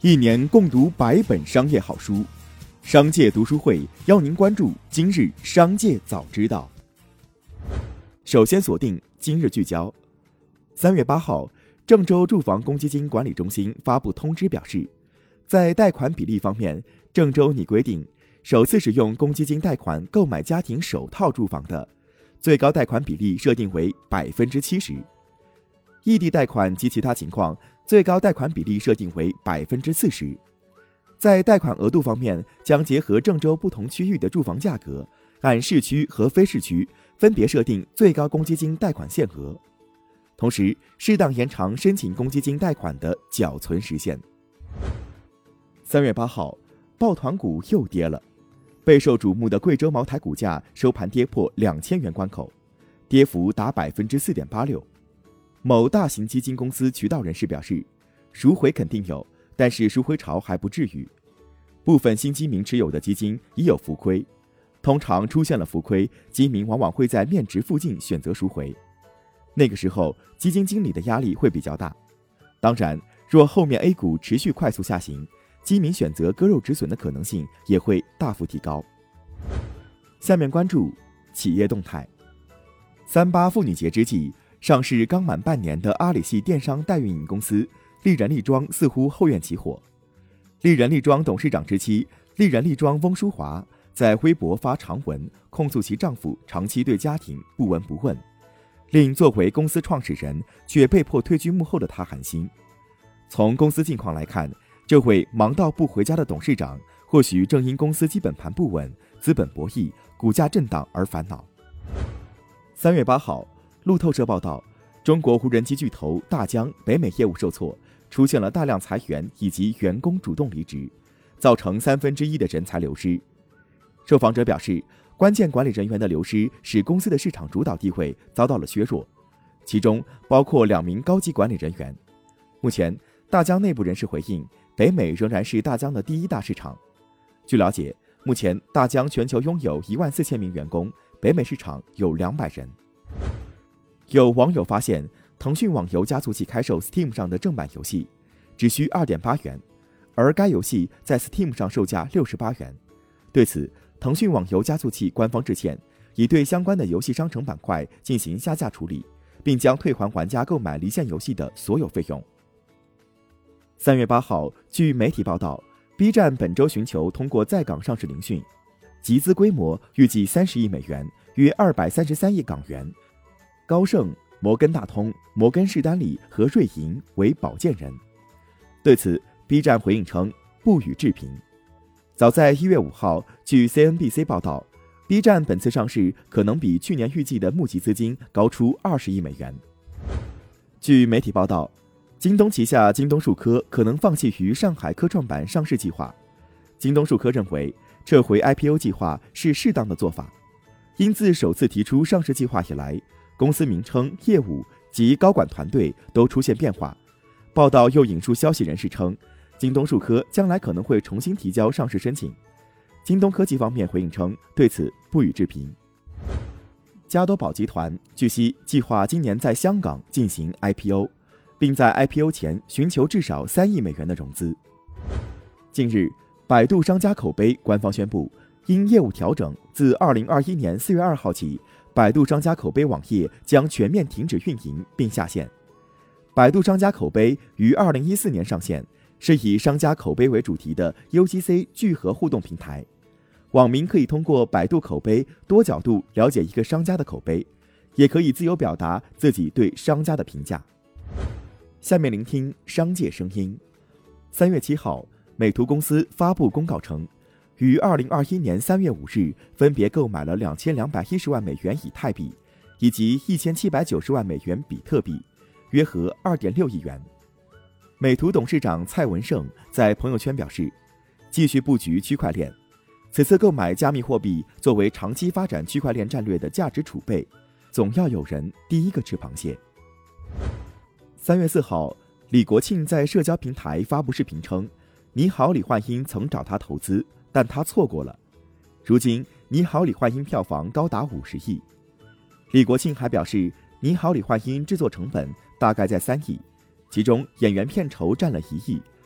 一年共读100本商业好书，商界读书会邀您关注今日商界早知道。首先锁定今日聚焦。3月8号，郑州住房公积金管理中心发布通知表示，在贷款比例方面，郑州拟规定，首次使用公积金贷款购买家庭首套住房的，最高贷款比例设定为70%；异地贷款及其他情况，最高贷款比例设定为40%。在贷款额度方面，将结合郑州不同区域的住房价格，按市区和非市区分别设定最高公积金贷款限额，同时适当延长申请公积金贷款的缴存时限。3月8号，抱团股又跌了，备受瞩目的贵州茅台股价收盘跌破2000元关口，跌幅达4.86%。某大型基金公司渠道人士表示，赎回肯定有，但是赎回潮还不至于。部分新基民持有的基金已有浮亏，通常出现了浮亏，基民往往会在面值附近选择赎回，那个时候基金经理的压力会比较大。当然，若后面 A 股持续快速下行，基民选择割肉止损的可能性也会大幅提高。下面关注企业动态。3·8妇女节之际，上市刚满半年的阿里系电商代运营公司丽人丽妆似乎后院起火。丽人丽妆董事长之妻丽人丽妆翁淑华在微博发长文控诉其丈夫长期对家庭不闻不问，令作为公司创始人却被迫退居幕后的她寒心。从公司近况来看，这位忙到不回家的董事长或许正因公司基本盘不稳、资本博弈、股价震荡而烦恼。3月8号，路透社报道，中国无人机巨头大疆北美业务受挫，出现了大量裁员以及员工主动离职，造成1/3的人才流失。受访者表示，关键管理人员的流失使公司的市场主导地位遭到了削弱，其中包括2名高级管理人员。目前，大疆内部人士回应，北美仍然是大疆的第一大市场。据了解，目前大疆全球拥有14000名员工，北美市场有200人。有网友发现，腾讯网游加速器开售 Steam 上的正版游戏只需2.8元，而该游戏在 Steam 上售价68元。对此，腾讯网游加速器官方致歉，已对相关的游戏商城板块进行下架处理，并将退还玩家购买离线游戏的所有费用。3月8号，据媒体报道， B 站本周寻求通过在港上市聆讯，集资规模预计30亿美元，约233亿港元。高盛、摩根大通、摩根士丹利和瑞银为保荐人。对此 B 站回应称不予置评。早在1月5号，据 CNBC 报道， B 站本次上市可能比去年预计的募集资金高出20亿美元。据媒体报道，京东旗下京东数科可能放弃于上海科创板上市计划。京东数科认为，撤回 IPO 计划是适当的做法，因自首次提出上市计划以来，公司名称、业务及高管团队都出现变化。报道又引述消息人士称，京东数科将来可能会重新提交上市申请。京东科技方面回应称，对此不予置评。加多宝集团据悉计划今年在香港进行 IPO， 并在 IPO 前寻求至少3亿美元的融资。近日，百度商家口碑官方宣布，因业务调整，自2021年4月2号起，百度商家口碑网页将全面停止运营并下线。百度商家口碑于2014年上线，是以商家口碑为主题的 UGC 聚合互动平台。网民可以通过百度口碑多角度了解一个商家的口碑，也可以自由表达自己对商家的评价。下面聆听商界声音。3月7号，美图公司发布公告称，于2021年3月5日分别购买了2210万美元以太币以及1790万美元比特币，约合2.6亿元。美图董事长蔡文胜在朋友圈表示，继续布局区块链，此次购买加密货币作为长期发展区块链战略的价值储备，总要有人第一个吃螃蟹。3月4号，李国庆在社交平台发布视频称，你好李焕英曾找他投资，但他错过了。如今你好李焕英票房高达50亿。李国庆还表示，你好李焕英制作成本大概在3亿，其中演员片酬占了1亿，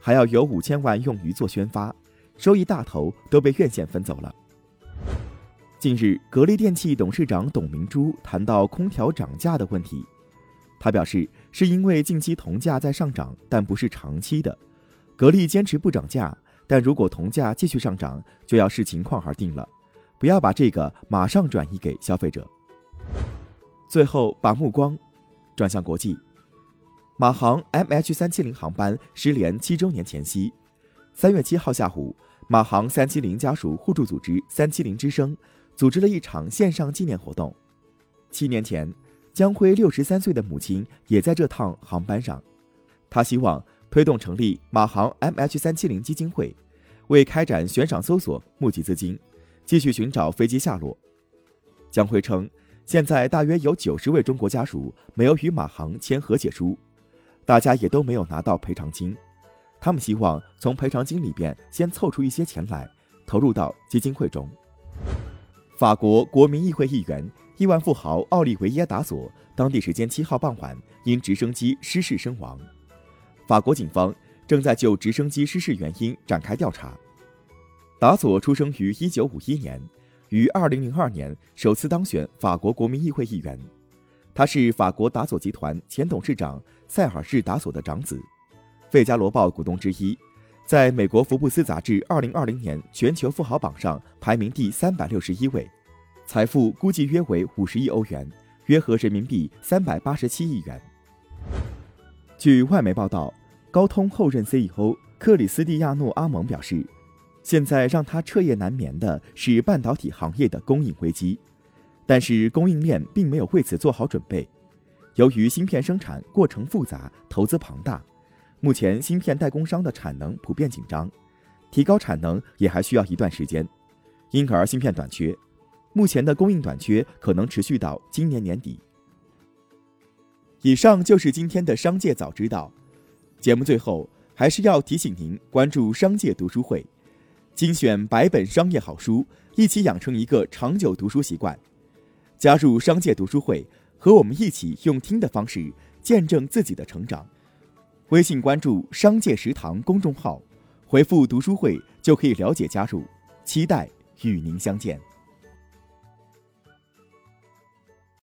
还要有5000万用于做宣发，收益大头都被院线分走了。近日，格力电器董事长董明珠谈到空调涨价的问题，他表示是因为近期铜价在上涨，但不是长期的。格力坚持不涨价，但如果铜价继续上涨，就要视情况而定了，不要把这个马上转移给消费者。最后把目光转向国际，马航 MH370 航班失联7周年前夕，3月7号下午，马航370家属互助组织370之声组织了一场线上纪念活动。7年前，江辉63岁的母亲也在这趟航班上，他希望推动成立马航 MH370基金会，为开展悬赏搜索募集资金，继续寻找飞机下落。江辉称，现在大约有90位中国家属没有与马航签和解书，大家也都没有拿到赔偿金，他们希望从赔偿金里边先凑出一些钱来，投入到基金会中。法国国民议会议员、亿万富豪奥利维耶·达索当地时间7号傍晚因直升机失事身亡。法国警方正在就直升机失事原因展开调查。达索出生于1951年，于2002年首次当选法国国民议会议员。他是法国达索集团前董事长塞尔日·达索的长子，费加罗报股东之一，在美国福布斯杂志2020年全球富豪榜上排名第361位，财富估计约为50亿欧元，约合人民币387亿元。据外媒报道，高通后任 CEO 克里斯蒂亚诺·阿蒙表示，现在让他彻夜难眠的是半导体行业的供应危机，但是供应链并没有为此做好准备。由于芯片生产过程复杂，投资庞大，目前芯片代工商的产能普遍紧张，提高产能也还需要一段时间，因而芯片短缺。目前的供应短缺可能持续到今年年底。以上就是今天的商界早知道。节目最后还是要提醒您关注商界读书会，精选100本商业好书，一起养成一个长久读书习惯。加入商界读书会，和我们一起用听的方式见证自己的成长。微信关注商界食堂公众号，回复读书会就可以了解加入，期待与您相见。